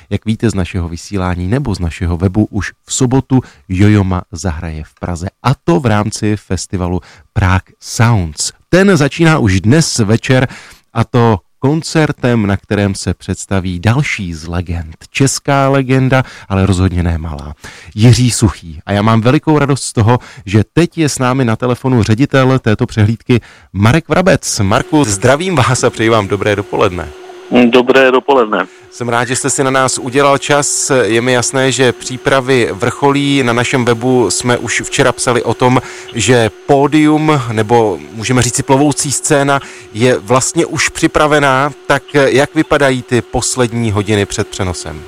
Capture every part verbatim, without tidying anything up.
Jak víte z našeho vysílání nebo z našeho webu, už v sobotu Jojoma zahraje v Praze, a to v rámci festivalu Prague Sounds. Ten začíná už dnes večer, a to koncertem, na kterém se představí další z legend. Česká legenda, ale rozhodně ne malá. Jiří Suchý. A já mám velikou radost z toho, že teď je s námi na telefonu ředitel této přehlídky Marek Vrabec. Marku, zdravím vás a přeji vám dobré dopoledne. Dobré dopoledne. Jsem rád, že jste si na nás udělal čas. Je mi jasné, že přípravy vrcholí. Na našem webu jsme už včera psali o tom, že pódium, nebo můžeme říct si plovoucí scéna, je vlastně už připravená. Tak jak vypadají ty poslední hodiny před přenosem?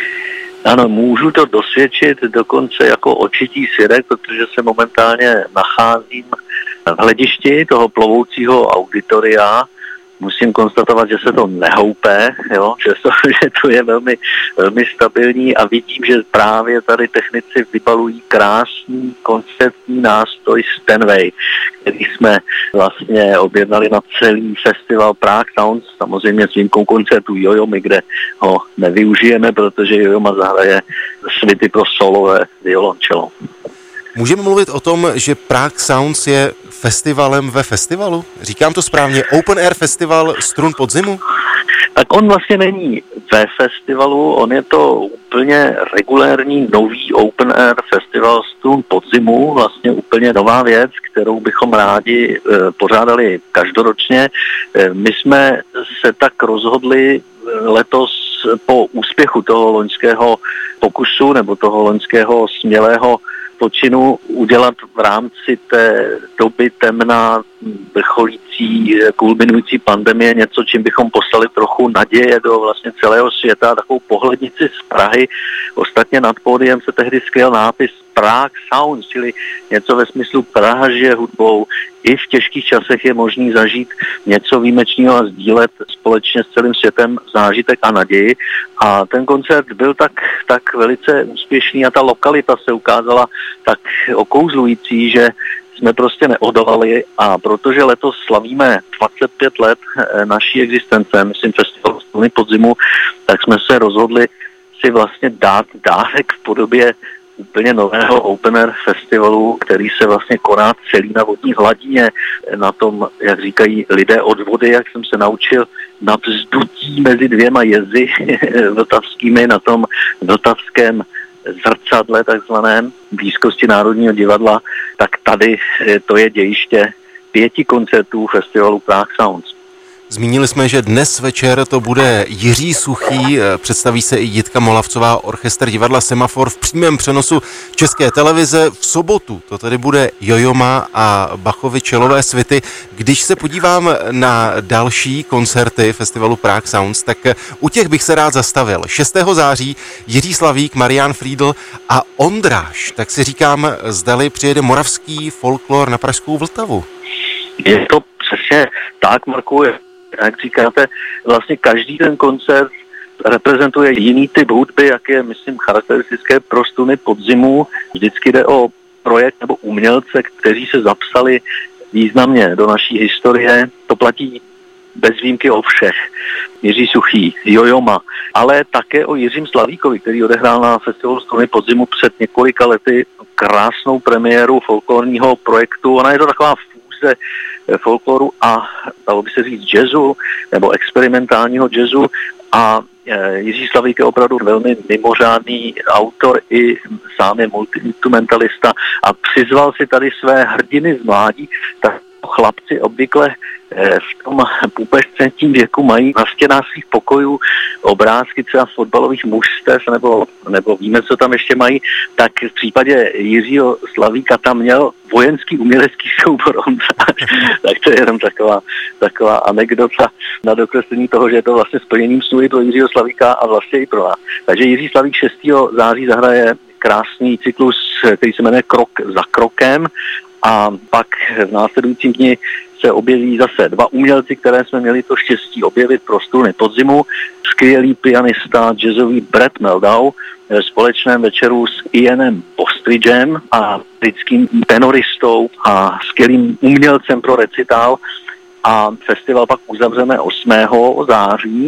Ano, můžu to dosvědčit dokonce jako očitý svědek, protože se momentálně nacházím v hledišti toho plovoucího auditoria. Musím konstatovat, že se to nehoupe, jo? Že, to, že to je velmi, velmi stabilní, a vidím, že právě tady technici vybalují krásný koncertní nástroj Stenway, který jsme vlastně objednali na celý festival Prague Sounds, samozřejmě s výjimkou koncertu Jojomy, kde ho nevyužijeme, protože Jojoma zahraje svity pro solové violoncello. Můžeme mluvit o tom, že Prague Sounds je festivalem ve festivalu? Říkám to správně, Open Air Festival strun podzimu? Tak on vlastně není ve festivalu, on je to úplně regulérní nový Open Air Festival strun podzimu, vlastně úplně nová věc, kterou bychom rádi e, pořádali každoročně. E, my jsme se tak rozhodli letos po úspěchu toho loňského pokusu nebo toho loňského smělého počinu udělat v rámci té doby temna, vrcholící, kulminující pandemie něco, čím bychom poslali trochu naděje do vlastně celého světa, takovou pohlednici z Prahy. Ostatně nad pódiem se tehdy skvěl nápis Prague Sounds, čili něco ve smyslu Praha žije hudbou. I v těžkých časech je možný zažít něco výjimečného a sdílet společně s celým světem zážitek a naději. A ten koncert byl tak, tak velice úspěšný a ta lokalita se ukázala tak okouzlující, že jsme prostě neodolali, a protože letos slavíme dvacet pět let naší existence, myslím festival struny podzimu, tak jsme se rozhodli si vlastně dát dárek v podobě úplně nového Open Air festivalu, který se vlastně koná celý na vodní hladině, na tom, jak říkají lidé od vody, jak jsem se naučil, na vzdutí mezi dvěma jezy vltavskými, na tom vltavském zrcadle takzvaném, blízkosti Národního divadla, tak tady to je dějiště pěti koncertů festivalu Prague Sounds. Zmínili jsme, že dnes večer to bude Jiří Suchý, představí se i Jitka Molavcová, orchestr divadla Semafor v přímém přenosu České televize. V sobotu to tedy bude Jojoma a Bachovy čelové svity. Když se podívám na další koncerty festivalu Prague Sounds, tak u těch bych se rád zastavil. šestého září Jiří Slavík, Marián Friedl a Ondráš. Tak si říkám, zdali přijede moravský folklor na pražskou Vltavu. Je to přesně tak, Marku. Jak říkáte, vlastně každý ten koncert reprezentuje jiný typ hudby, jak je, myslím, charakteristické pro struny podzimu. Vždycky jde o projekt nebo umělce, kteří se zapsali významně do naší historie. To platí bez výjimky o všech. Jiří Suchý, Jojoma, ale také o Jiřím Slavíkovi, který odehrál na festivalu struny podzimu před několika lety krásnou premiéru folklorního projektu. Ona je to taková fúze folkloru a dalo by se říct jazzu nebo experimentálního jazzu, a Jiří Slavík je opravdu velmi mimořádný autor, i sám je multiinstrumentalista, a přizval si tady své hrdiny z mládí. Tak chlapci obvykle v tom pubescentním věku mají na stěnách svých pokojů obrázky třeba fotbalových mužstev, nebo, nebo víme, co tam ještě mají, tak v případě Jiřího Slavíka tam měl vojenský umělecký soubor Ondráš. Tak to je jenom taková, taková anekdota na dokreslení toho, že je to vlastně splněním snu pro Jiřího Slavíka a vlastně i pro nás. Takže Jiří Slavík šestého září zahraje krásný cyklus, který se jmenuje Krok za krokem, a pak v následujícím dni se objeví zase dva umělci, které jsme měli to štěstí objevit pro struny podzimu. Skvělý pianista jazzový Brett Meldau v společném večeru s Ianem Bostridgem a britským tenoristou a skvělým umělcem pro recitál. A festival pak uzavřeme osmého září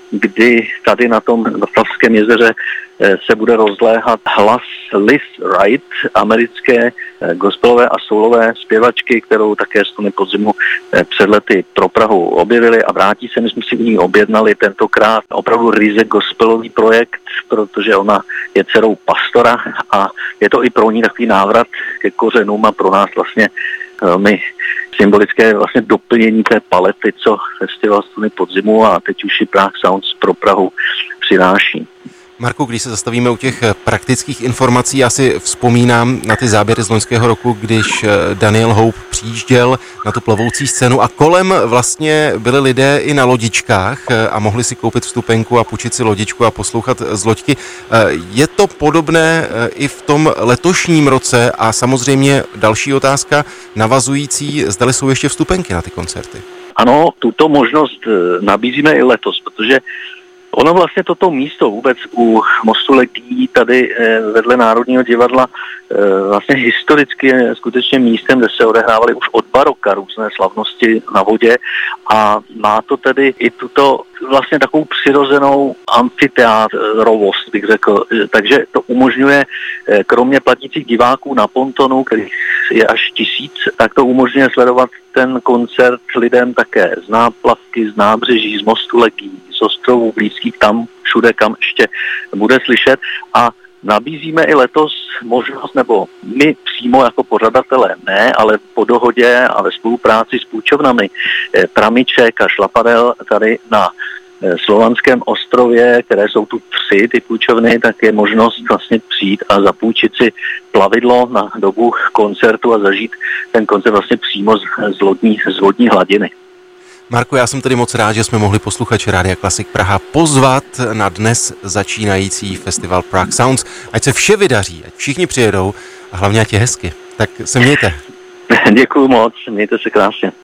kdy tady na tom Vltavském jezeře se bude rozléhat hlas Liz Wright, americké gospelové a soulové zpěvačky, kterou také Struny podzimu před lety pro Prahu objevili a vrátí se. My jsme si u ní objednali tentokrát opravdu ryze gospelový projekt, protože ona je dcerou pastora a je to i pro ní takový návrat ke kořenům a pro nás vlastně velmi symbolické vlastně doplnění té palety, co festival Struny podzimu a teď už i Prague Sounds pro Prahu přináší. Marku, když se zastavíme u těch praktických informací, já si vzpomínám na ty záběry z loňského roku, když Daniel Hope přijížděl na tu plovoucí scénu a kolem vlastně byli lidé i na lodičkách a mohli si koupit vstupenku a půjčit si lodičku a poslouchat z loďky. Je to podobné i v tom letošním roce a samozřejmě další otázka navazující, zdali jsou ještě vstupenky na ty koncerty? Ano, tuto možnost nabízíme i letos, protože ono vlastně toto místo vůbec u Mostu legií tady vedle Národního divadla vlastně historicky je skutečně místem, kde se odehrávaly už od baroka různé slavnosti na vodě a má to tedy i tuto vlastně takovou přirozenou amfiteátrovost, bych řekl. Takže to umožňuje, kromě platících diváků na pontonu, kterých je až tisíc, tak to umožňuje sledovat ten koncert lidem také z náplavky, z nábřeží, z Mostu legií, z ostrovů blízkých tam všude, kam ještě bude slyšet a nabízíme i letos možnost, nebo my přímo jako pořadatelé ne, ale po dohodě a ve spolupráci s půjčovnami Pramiček a Šlapadel tady na Slovanském ostrově, které jsou tu tři ty půjčovny, tak je možnost vlastně přijít a zapůjčit si plavidlo na dobu koncertu a zažít ten koncert vlastně přímo z, z, lodní, z vodní hladiny. Marku, já jsem tedy moc rád, že jsme mohli posluchači Rádia Klasik Praha pozvat na dnes začínající festival Prague Sounds. Ať se vše vydaří, ať všichni přijedou a hlavně ať je hezky. Tak se mějte. Děkuju moc, mějte se krásně.